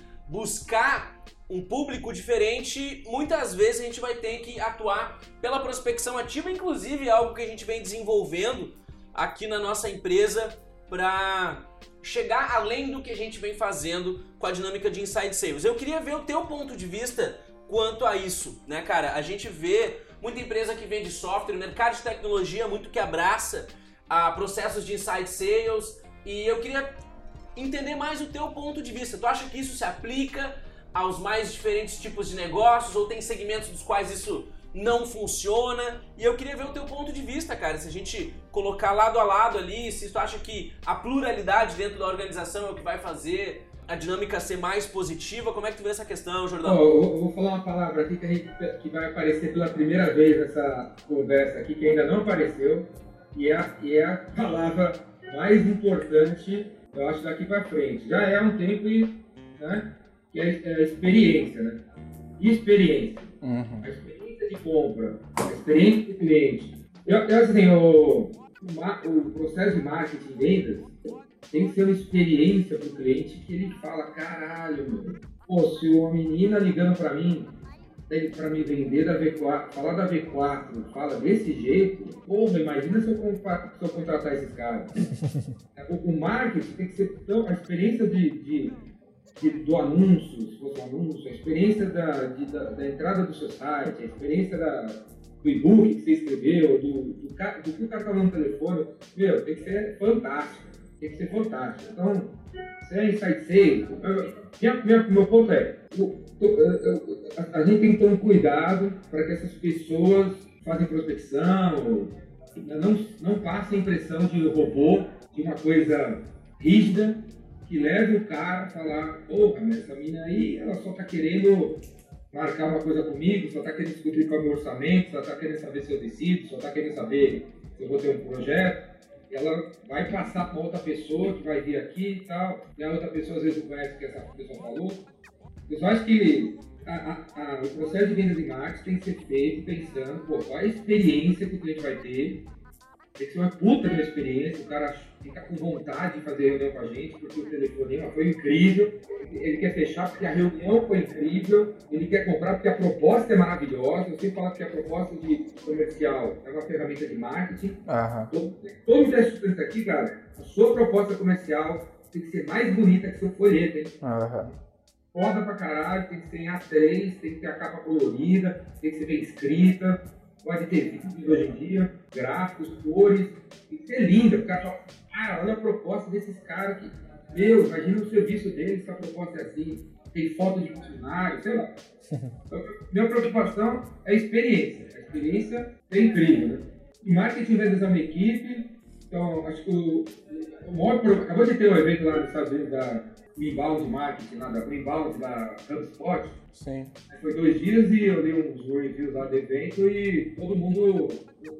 buscar um público diferente, muitas vezes a gente vai ter que atuar pela prospecção ativa, inclusive algo que a gente vem desenvolvendo aqui na nossa empresa para chegar além do que a gente vem fazendo com a dinâmica de inside sales. Eu queria ver o teu ponto de vista quanto a isso, né, cara? A gente vê muita empresa que vende software, mercado de tecnologia muito que abraça processos de inside sales, e eu queria entender mais o teu ponto de vista. Tu acha que isso se aplica aos mais diferentes tipos de negócios, ou tem segmentos dos quais isso não funciona? E eu queria ver o teu ponto de vista, cara, se a gente colocar lado a lado ali, se tu acha que a pluralidade dentro da organização é o que vai fazer a dinâmica ser mais positiva. Como é que tu vê essa questão, Jordão?
Eu vou falar uma palavra aqui que vai aparecer pela primeira vez nessa conversa aqui, que ainda não apareceu, e é a palavra mais importante, eu acho, daqui para frente. Já é há um tempo, né, que é a experiência, né? Experiência. Uhum. A experiência de compra, a experiência do cliente. Assim, o processo de marketing e vendas tem que ser uma experiência para o cliente que ele fala, caralho, meu. Pô, se uma menina ligando para mim, para me vender da V4, falar da V4, fala desse jeito, porra, imagina se eu contratar esses caras. O marketing tem que ser tão, a experiência do anúncio, se fosse um anúncio, a experiência da entrada do seu site, a experiência do e-book que você escreveu, do que o cara está falando no telefone, meu, tem que ser fantástico. Tem que ser fantástico. Então, se é inside sales, meu ponto é, a gente tem que ter um cuidado para que essas pessoas fazem prospecção, não passem a impressão de robô, de uma coisa rígida, que leve o cara a falar, porra, mas essa mina aí, ela só está querendo marcar uma coisa comigo, só está querendo discutir qual é o meu orçamento, só está querendo saber se eu decido, só está querendo saber se eu vou ter um projeto. Ela vai passar para outra pessoa que vai vir aqui e tal, e a outra pessoa às vezes não conhece o que essa pessoa falou. Eu só acho que o processo de vendas e marketing tem que ser feito pensando, pô, qual é a experiência que o cliente vai ter. Tem que ser uma puta de uma experiência, o cara fica com vontade de fazer reunião com a gente, porque o telefonema foi incrível, ele quer fechar porque a reunião foi incrível, ele quer comprar porque a proposta é maravilhosa. Eu sempre falo que a proposta de comercial é uma ferramenta de marketing. Uhum. Todo mundo está aqui, cara, a sua proposta comercial tem que ser mais bonita que seu folheto, hein? Uhum. Foda pra caralho, tem que ser em A3, tem que ter a capa colorida, tem que ser bem escrita. Pode ter vídeos hoje em dia, gráficos, cores, tem que ser linda, porque o cara fala, cara, olha a proposta desses caras que, meu, imagina o serviço deles se a proposta é assim, tem foto de funcionário, sei lá. Minha preocupação é a experiência. A experiência é incrível, né? E marketing vendas é uma equipe, então acho que o maior problema, acabou de ter um evento lá nos Estados Unidos o Inbound Marketing, o Inbound da HubSpot. Sim. Foi 2 dias e eu dei uns reviews lá do evento e todo mundo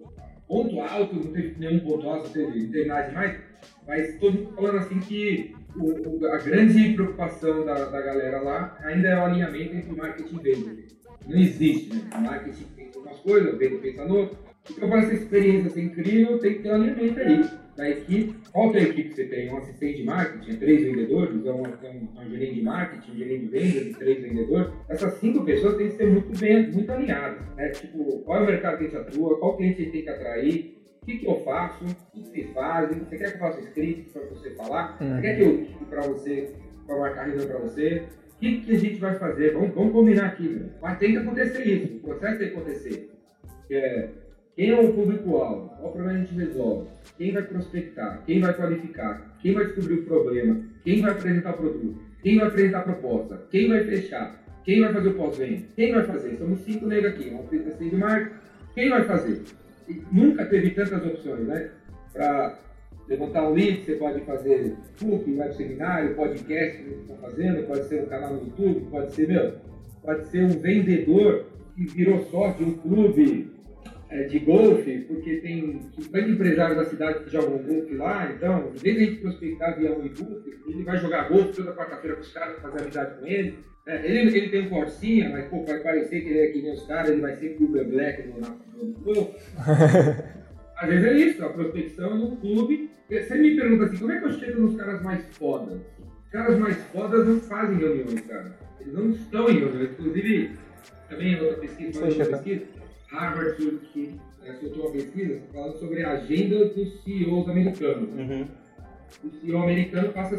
ponto alto, não teve nenhum ponto alto, não teve nada demais, mas todo mundo falando assim que a grande preocupação da galera lá ainda é o alinhamento entre marketing e venda. Não existe, né? O marketing pensa umas coisas, o venda pensa no outro. Então, para essa experiência ser incrível, tem que ter um alinhamento aí da equipe. Qual que é a equipe que você tem? Um assistente de marketing, 3 vendedores, um gerente de marketing, um gerente de vendas e 3 vendedores. Essas 5 pessoas têm que ser muito alinhadas, né? Tipo, qual é o mercado que a gente atua, qual cliente a gente tem que atrair, o que eu faço, o que vocês fazem, você quer que eu faça script para você falar, você quer que eu diga para você, para marcar reunião para você, o que a gente vai fazer? Vamos combinar aqui, né? Mas tem que acontecer isso, o processo tem que acontecer. Quem é o público-alvo? Qual problema a gente resolve? Quem vai prospectar? Quem vai qualificar? Quem vai descobrir o problema? Quem vai apresentar o produto? Quem vai apresentar a proposta? Quem vai fechar? Quem vai fazer o pós-venda? Quem vai fazer? Somos 5 negros aqui, uma apresentação de marketing. Quem vai fazer? E nunca teve tantas opções, né? Para levantar um lead, você pode fazer book, web seminário, podcast que vocês estão fazendo, pode ser um canal no YouTube, pode ser um vendedor que virou sócio de um clube de golfe, porque tem 50 empresários da cidade que jogam golfe lá, então, em vez de a gente prospectar via um e-book, ele vai jogar golfe toda quarta-feira com os caras, fazer amizade com ele. Ele tem um Corsinha, mas pô, vai parecer que ele é que nem os caras, ele vai ser Uber Black no golfe. Às vezes é isso, a prospecção no clube. Você me pergunta assim, como é que eu chego nos caras mais fodas? Os caras mais fodas não fazem reuniões, cara. Eles não estão em reuniões. Inclusive, também outra pesquisa, Harvard soltou uma pesquisa falando sobre a agenda dos CEOs americanos. O CEO americano passa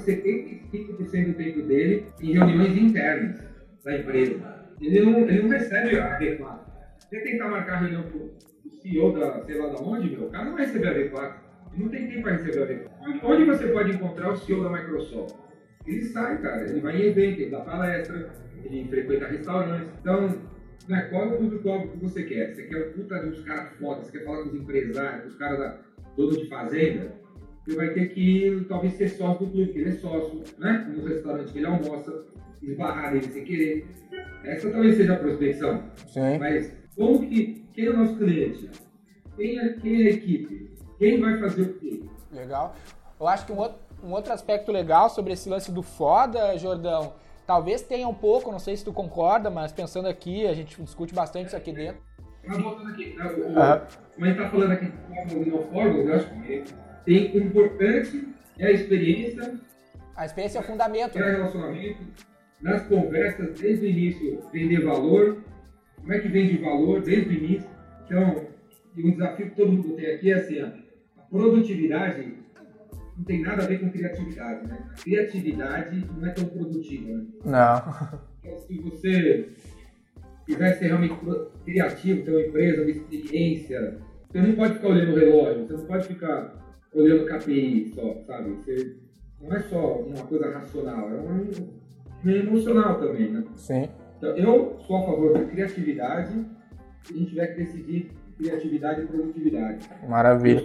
75% do tempo dele em reuniões internas da empresa. Ele não recebe a V4. Você tentar marcar a reunião com o CEO da, sei lá de onde, o cara não vai receber a V4. Ele não tem tempo para receber a V4. Onde você pode encontrar o CEO da Microsoft? Ele sai, cara. Ele vai em evento, ele dá palestra, ele frequenta restaurantes. Então, né, qual é o público-alvo que você quer? Você quer o puta dos caras fodas, você quer falar com os empresários, com os caras donos de fazenda? Você vai ter que, talvez, ser sócio do clube, porque ele é sócio, né? No restaurante que ele almoça, esbarrar ele sem querer. Essa talvez seja a prospecção.
Sim.
Mas como que, quem é o nosso cliente? Quem é a equipe? Quem vai fazer o quê?
Legal. Eu acho que um outro aspecto legal sobre esse lance do foda, Jordão, talvez tenha um pouco, não sei se tu concorda, mas pensando aqui, a gente discute bastante isso aqui dentro.
Mas voltando aqui, como a gente está falando aqui de forma, eu acho que tem o importante é a experiência.
A experiência é o fundamento.
É o relacionamento. Nas conversas, desde o início, vender valor. Como é que vende valor desde o início? Então, um desafio que todo mundo tem aqui é assim, a produtividade não tem nada a ver com criatividade, né? A criatividade não é tão produtiva, né?
Não.
Então, se você quiser ser realmente criativo, ter uma empresa, uma experiência, você não pode ficar olhando o relógio, você não pode ficar olhando o KPI só, sabe? Você, não é só uma coisa racional, é um emocional também, né?
Sim.
Então, eu sou a favor da criatividade, se a gente tiver que decidir criatividade e produtividade.
Maravilha.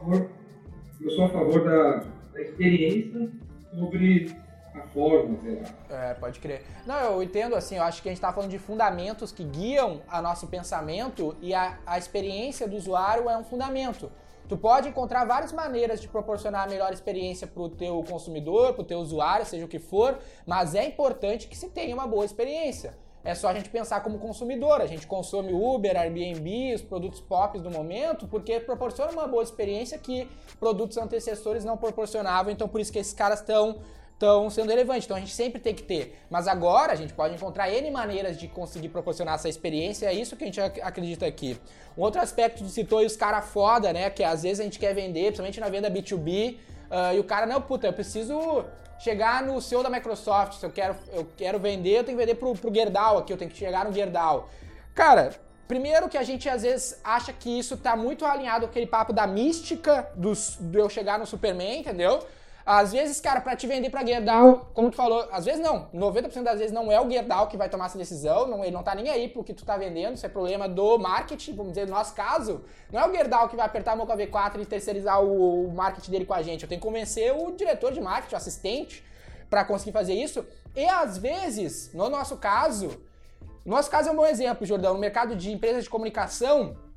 Eu sou a favor da experiência sobre a forma, sei lá.
Pode crer. Não, eu entendo assim, eu acho que a gente tá falando de fundamentos que guiam a nosso pensamento e a experiência do usuário é um fundamento. Tu pode encontrar várias maneiras de proporcionar a melhor experiência pro teu consumidor, pro teu usuário, seja o que for, mas é importante que se tenha uma boa experiência. É só a gente pensar como consumidor, a gente consome Uber, Airbnb, os produtos pop do momento, porque proporciona uma boa experiência que produtos antecessores não proporcionavam, então por isso que esses caras estão sendo relevantes, então a gente sempre tem que ter. Mas agora a gente pode encontrar N maneiras de conseguir proporcionar essa experiência, é isso que a gente acredita aqui. Um outro aspecto que tu citou aí, os caras foda, né, que às vezes a gente quer vender, principalmente na venda B2B, e o cara, não, puta, eu preciso chegar no CEO da Microsoft, se eu quero vender, eu tenho que vender pro Gerdau aqui, eu tenho que chegar no Gerdau. Cara, primeiro que a gente às vezes acha que isso tá muito alinhado com aquele papo da mística de eu chegar no Superman, entendeu? Às vezes, cara, pra te vender pra Gerdau, como tu falou, às vezes não, 90% das vezes não é o Gerdau que vai tomar essa decisão, ele não tá nem aí pro que tu tá vendendo, isso é problema do marketing, vamos dizer, no nosso caso, não é o Gerdau que vai apertar a mão com a V4 e terceirizar o marketing dele com a gente, eu tenho que convencer o diretor de marketing, o assistente, pra conseguir fazer isso, e às vezes, no nosso caso é um bom exemplo, Jordão, no mercado de empresas de comunicação,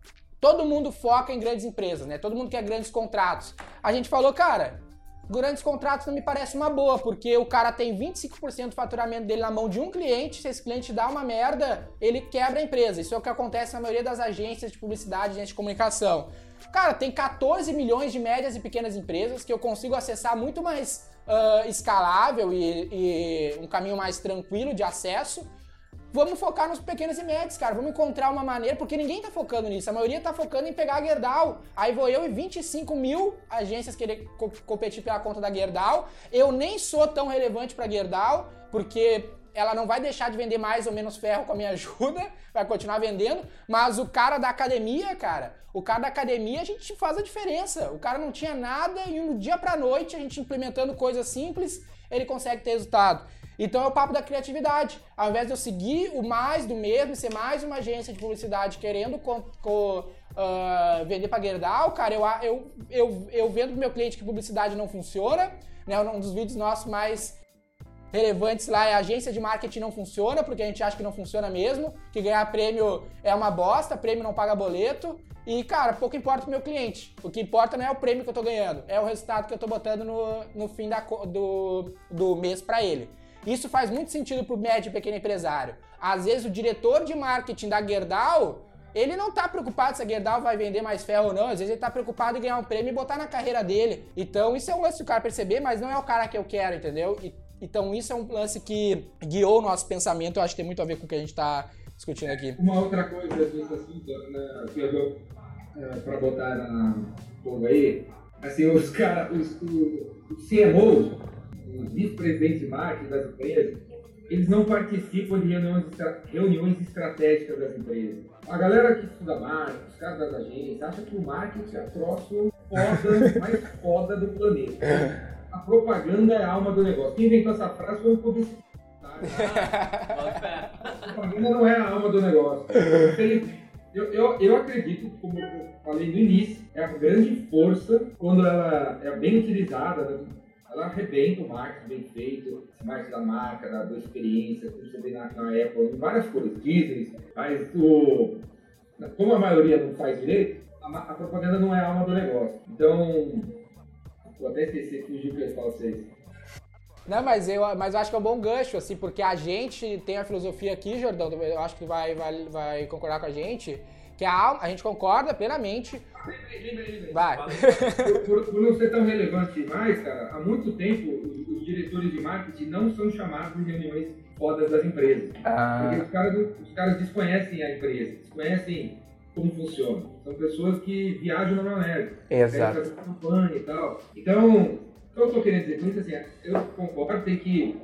todo mundo foca em grandes empresas, né? Todo mundo quer grandes contratos. A gente falou, cara, grandes contratos não me parece uma boa, porque o cara tem 25% do faturamento dele na mão de um cliente, se esse cliente dá uma merda, ele quebra a empresa. Isso é o que acontece na maioria das agências de publicidade, agências de comunicação. Cara, tem 14 milhões de médias e pequenas empresas que eu consigo acessar muito mais escalável e um caminho mais tranquilo de acesso. Vamos focar nos pequenos e médios, cara. Vamos encontrar uma maneira, porque ninguém tá focando nisso. A maioria tá focando em pegar a Gerdau. Aí vou eu e 25 mil agências querer competir pela conta da Gerdau. Eu nem sou tão relevante pra Gerdau, porque ela não vai deixar de vender mais ou menos ferro com a minha ajuda, vai continuar vendendo, mas o cara da academia, a gente faz a diferença. O cara não tinha nada e no dia pra noite, a gente implementando coisas simples, ele consegue ter resultado. Então é o papo da criatividade. Ao invés de eu seguir o mais do mesmo, ser mais uma agência de publicidade querendo vender pra Gerdau, cara, eu vendo pro meu cliente que publicidade não funciona, né? Um dos vídeos nossos mais relevantes lá é a agência de marketing não funciona, porque a gente acha que não funciona mesmo, que ganhar prêmio é uma bosta, prêmio não paga boleto, e, cara, pouco importa pro meu cliente. O que importa não é o prêmio que eu tô ganhando, é o resultado que eu tô botando no fim do mês pra ele. Isso faz muito sentido pro médio e pequeno empresário. Às vezes o diretor de marketing da Gerdau, ele não tá preocupado se a Gerdau vai vender mais ferro ou não, às vezes ele tá preocupado em ganhar um prêmio e botar na carreira dele. Então isso é um lance do cara perceber, mas não é o cara que eu quero, entendeu? Então isso é um lance que guiou o nosso pensamento, eu acho que tem muito a ver com o que a gente tá discutindo aqui.
Uma outra coisa desse assunto, né, que eu dou pra botar na povo aí, assim, os CMOs, os vice-presidentes de marketing das empresas, eles não participam de reuniões estratégicas das empresas. A galera que estuda marketing, os caras das agências, acha que o marketing é o troço mais foda do planeta. A propaganda é a alma do negócio. Quem inventou essa frase foi o publicitário. A propaganda não é a alma do negócio. Eu acredito, como eu falei no início, é a grande força quando ela é bem utilizada, né? Ela arrebenta o marketing bem feito, esse marketing da marca, da experiência, como você vê na Apple, em várias coisas, Disney, mas como a maioria não faz direito, a propaganda não é a alma do negócio. Então, vou até esquecer, fugiu o que eu ia falar pra vocês.
Não, mas eu acho que é um bom gancho, assim, porque a gente tem a filosofia aqui, Jordão, eu acho que tu vai concordar com a gente, que a gente concorda plenamente. Vai.
Por não ser tão relevante mais, cara, há muito tempo os diretores de marketing não são chamados em reuniões fodas das empresas. Porque os caras desconhecem a empresa, desconhecem como funciona. São pessoas que viajam na maionese.
Exato.
Querem fazer campanha e tal. Então, o que eu tô querendo dizer com isso, assim, eu concordo, tem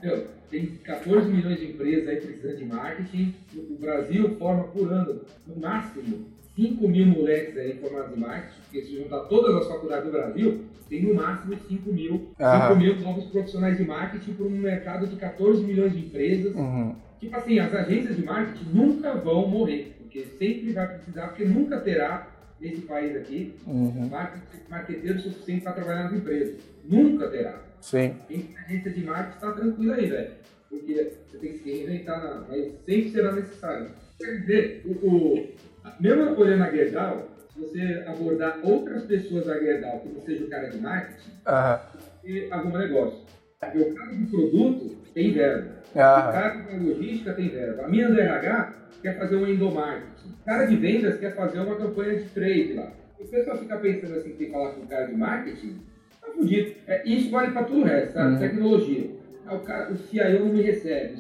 14 milhões de empresas aí precisando de marketing. O Brasil forma por ano, no máximo, 5 mil moleques aí formados em marketing, porque se juntar todas as faculdades do Brasil, tem no máximo 5 mil novos profissionais de marketing para um mercado de 14 milhões de empresas. Tipo assim, as agências de marketing nunca vão morrer, porque sempre vai precisar, porque nunca terá nesse país aqui marqueteiro suficiente para trabalhar nas empresas. Nunca terá.
Sim.
A agência de marketing está tranquila aí, velho. Porque você tem que se reinventar, mas sempre será necessário. Quer dizer, mesmo olhando a Gerdau, se você abordar outras pessoas da Gerdau que não seja o cara de marketing, tem algum negócio. Porque o cara do produto tem verba. O cara da logística tem verba. A minha do RH quer fazer um endomarketing. O cara de vendas quer fazer uma campanha de trade lá. E o pessoal fica pensando assim, que tem que falar com o cara de marketing, tá fudido. Isso vale pra tudo o resto, sabe? Tecnologia. O CIO não me recebe,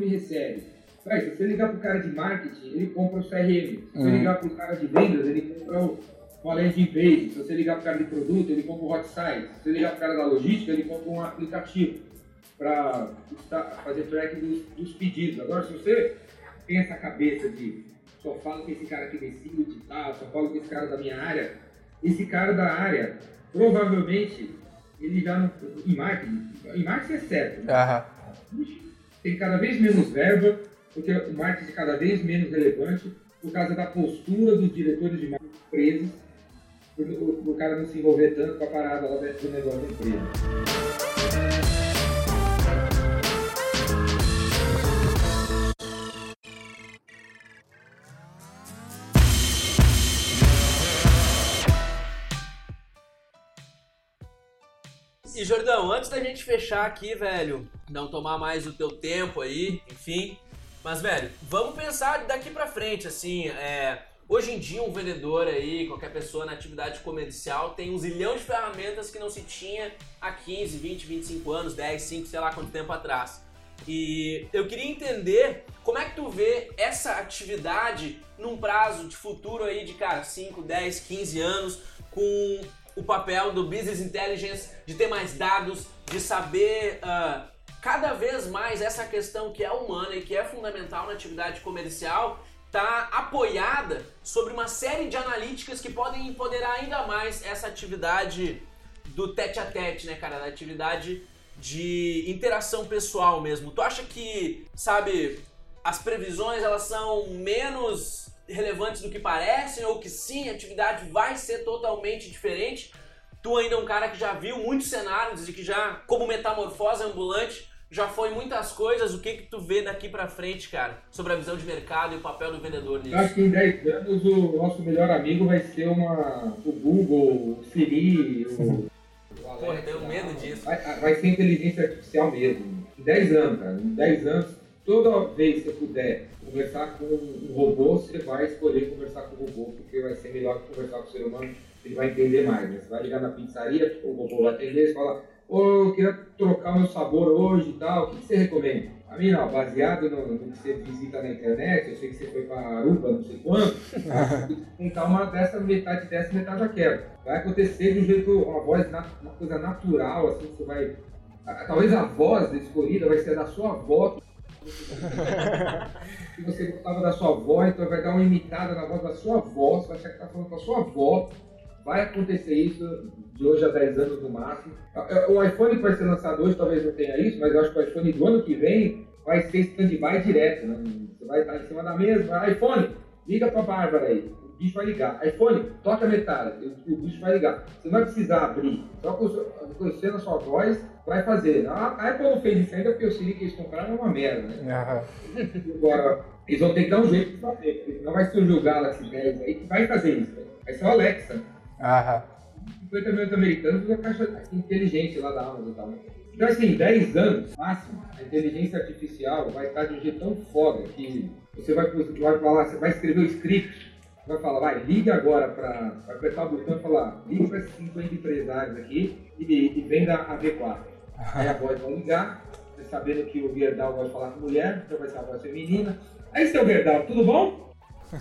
se você ligar pro cara de marketing, ele compra o CRM. Se você ligar pro cara de vendas, ele compra o landing page. Se você ligar pro cara de produto, ele compra o hot site. Se você ligar pro cara da logística, ele compra um aplicativo para fazer tracking dos pedidos. Agora, se você tem essa cabeça de só falo com esse cara que decide e tal, só falo com esse cara da minha área, esse cara da área, provavelmente, ele já não... Em marketing é certo, né? Tem cada vez menos verba, porque o marketing é cada vez menos relevante, por causa da postura dos diretores de marketing presos, por o cara não se envolver tanto com a parada lá dentro do negócio da empresa.
E Jordão, antes da gente fechar aqui, velho, não tomar mais o teu tempo aí, enfim, mas, velho, vamos pensar daqui pra frente, assim, hoje em dia um vendedor aí, qualquer pessoa na atividade comercial tem um zilhão de ferramentas que não se tinha há 15, 20, 25 anos, 10, 5, sei lá quanto tempo atrás. E eu queria entender como é que tu vê essa atividade num prazo de futuro aí de, cara, 5, 10, 15 anos, com o papel do Business Intelligence, de ter mais dados, de saber cada vez mais essa questão que é humana e que é fundamental na atividade comercial, tá apoiada sobre uma série de analíticas que podem empoderar ainda mais essa atividade do tete-a-tete, né, cara, da atividade de interação pessoal mesmo. Tu acha que, sabe, as previsões elas são menos relevantes do que parecem, ou que sim, a atividade vai ser totalmente diferente? Tu ainda é um cara que já viu muitos cenários e que já, como metamorfose ambulante, já foi muitas coisas. O que tu vê daqui pra frente, cara, sobre a visão de mercado e o papel do vendedor nisso?
Eu acho que em 10 anos o nosso melhor amigo vai ser o Google, o Siri,
Porra, eu tenho medo disso.
Vai ser inteligência artificial mesmo. Em 10 anos, cara. Em 10 anos, toda vez que você puder conversar com um robô, você vai escolher conversar com o robô, porque vai ser melhor que conversar com o ser humano, ele vai entender mais, né? Você vai ligar na pizzaria, o robô vai atender, você fala, eu queria trocar o meu sabor hoje e tal, o que você recomenda? A mim não, baseado no que você visita na internet, eu sei que você foi para Aruba, não sei quanto, tentar uma dessa, metade daquela. Vai acontecer de um jeito, uma voz, uma coisa natural, assim, você vai... Talvez a voz escolhida vai ser da sua avó. Se você gostava da sua avó, então vai dar uma imitada na voz da sua avó, você vai achar que está falando com a sua avó. Vai acontecer isso de hoje a 10 anos no máximo. O iPhone que vai ser lançado hoje talvez não tenha isso, mas eu acho que o iPhone do ano que vem vai ser stand-by direto. Né? Você vai estar em cima da mesa, vai, iPhone, liga pra Bárbara aí, o bicho vai ligar. iPhone, toca a metade, o bicho vai ligar. Você não vai precisar abrir, só conhecendo a sua voz, vai fazer. A Apple não fez isso ainda porque o Siri que eles compraram é uma merda, né? Agora, eles vão ter que dar um jeito de fazer, porque senão vai surgir o Galaxy 10 aí que vai fazer isso. Vai ser o Alexa. 50 milhões de americanos usam a caixa inteligente lá da Amazon e tal. Então, assim, 10 anos, máximo, a inteligência artificial vai estar de um jeito tão foda que você vai falar, você vai escrever o script, vai falar, vai, liga agora vai apertar o botão e falar, liga para esses 50 empresários aqui e venda a V4. Aí a voz vai ligar, você sabendo que o Gerdau vai falar com mulher, então vai ser a voz feminina. Aí, seu Gerdau, tudo bom?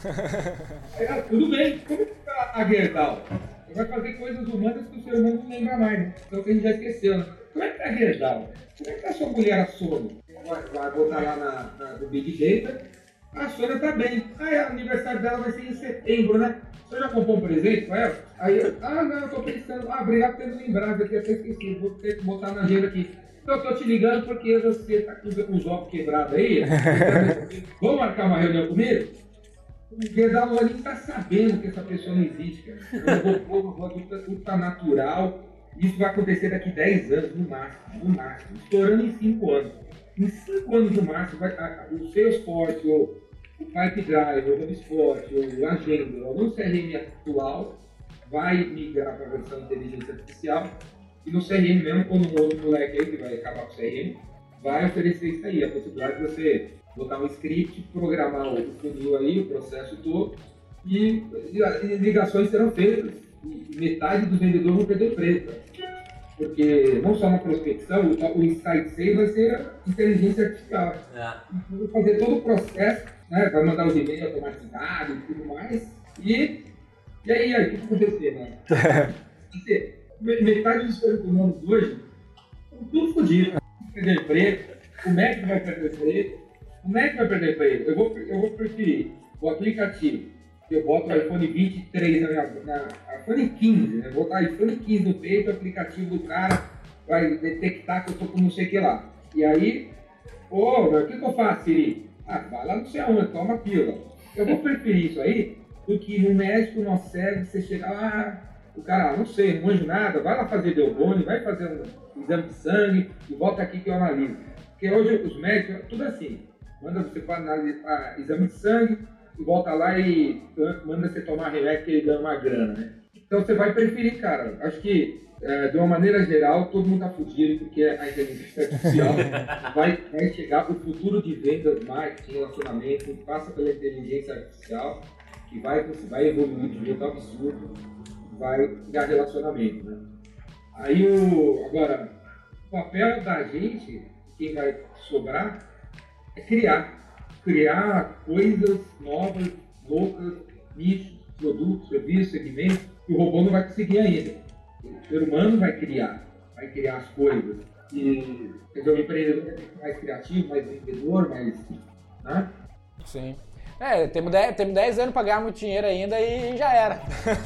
Aí, tudo bem, como que tá a Gerdau? Vai fazer coisas humanas que o ser humano não lembra mais, né? Então que a gente já esqueceu, né? Como é que tá a Gerdau? Como é que tá a sua mulher, a Sônia? Vai botar lá no Big Data, a Sônia tá bem. Aí o aniversário dela vai ser em setembro, né? Você já comprou um presente pra ela? Aí não, eu tô pensando, obrigado por ter me lembrado aqui, até esqueci, vou ter que botar na agenda aqui. Então eu tô te ligando porque você tá com os ovos quebrados aí, vamos marcar uma reunião comigo? O Gerdau ali está sabendo que essa pessoa não existe, cara. O robô tudo tá natural. Isso vai acontecer daqui 10 anos, no máximo. Estourando em 5 anos. Em 5 anos no máximo, o Salesforce, o Pipedrive, o HubSpot, o Agenda, algum CRM atual vai migrar para a versão de inteligência artificial. E no CRM mesmo, quando um outro moleque aí, que vai acabar com o CRM, vai oferecer isso aí, a possibilidade de você botar um script, programar o funil aí, o processo todo, e ligações serão feitas, e metade dos vendedores vão perder emprego. Porque não só na prospecção, o Insight Sales vai ser a inteligência artificial. Vai fazer todo o processo, né? Vai mandar os e-mails automatizados e tudo mais, e aí, o que vai acontecer, né? Metade dos seres humanos hoje estão tudo fodidos. Vai perder emprego, o médico vai perder emprego. Como é que vai perder emprego? Eu vou preferir o aplicativo. Eu boto o iPhone 23 iPhone 15, né? Vou botar iPhone 15 no peito, o aplicativo do cara vai detectar que eu tô com não sei o que lá. E aí, o que eu faço, Siri? Vai lá não sei aonde, toma pílula. Eu vou preferir isso aí do que no médico, no cérebro, você chegar lá, o cara, não sei, não manjo nada, vai lá fazer Delbone, vai fazer um exame de sangue e volta aqui que eu analiso. Porque hoje os médicos, tudo assim. Manda você para analisar exame de sangue e volta lá e manda você tomar remédio que ele ganha uma grana, né? Então você vai preferir, cara. Acho que, de uma maneira geral, todo mundo tá fudido porque a inteligência artificial vai chegar. O futuro de vendas, marketing, relacionamento, passa pela inteligência artificial, que vai evoluir de um jeito absurdo, vai criar relacionamento, né? Aí, agora, o papel da gente, quem vai sobrar, é criar coisas novas, loucas, nichos, produtos, serviços, segmentos, que o robô não vai conseguir ainda. O ser humano vai criar as coisas. E, quer dizer, o empreendedor vai ser mais criativo, mais vendedor, mais... Né?
Sim. Temos 10 anos para ganhar muito dinheiro ainda e já era.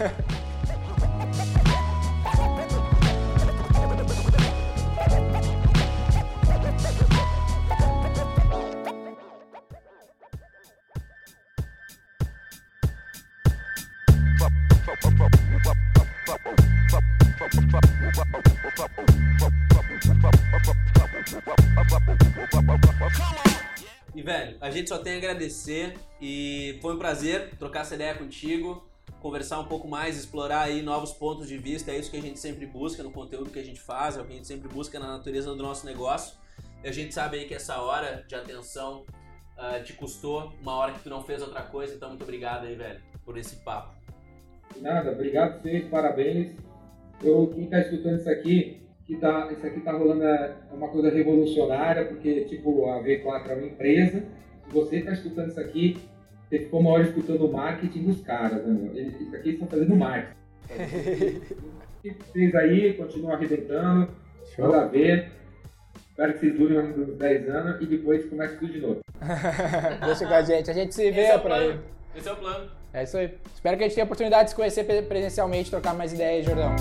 E, velho, a gente só tem a agradecer e foi um prazer trocar essa ideia contigo, conversar um pouco mais, explorar aí novos pontos de vista, é isso que a gente sempre busca no conteúdo que a gente faz, é o que a gente sempre busca na natureza do nosso negócio. E a gente sabe aí que essa hora de atenção te custou uma hora que tu não fez outra coisa, então muito obrigado aí, velho, por esse papo.
Nada, obrigado a vocês, parabéns. Quem tá escutando isso aqui tá rolando uma coisa revolucionária, porque tipo, a V4 é uma empresa. Se você tá escutando isso aqui, você ficou uma hora escutando o marketing dos caras, né? Isso aqui estão fazendo marketing. E vocês aí continuam arrebentando, manda ver. Espero que vocês durem uns 10 anos e depois comece tudo de novo.
Deixa com a gente se vê por aí.
Esse é o plano.
É isso aí. Espero que a gente tenha a oportunidade de se conhecer presencialmente, trocar mais ideias, Jordão.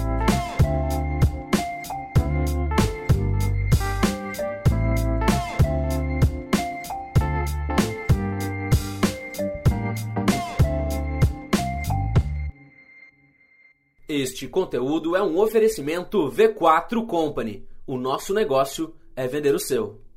Este conteúdo é um oferecimento V4 Company. O nosso negócio é vender o seu.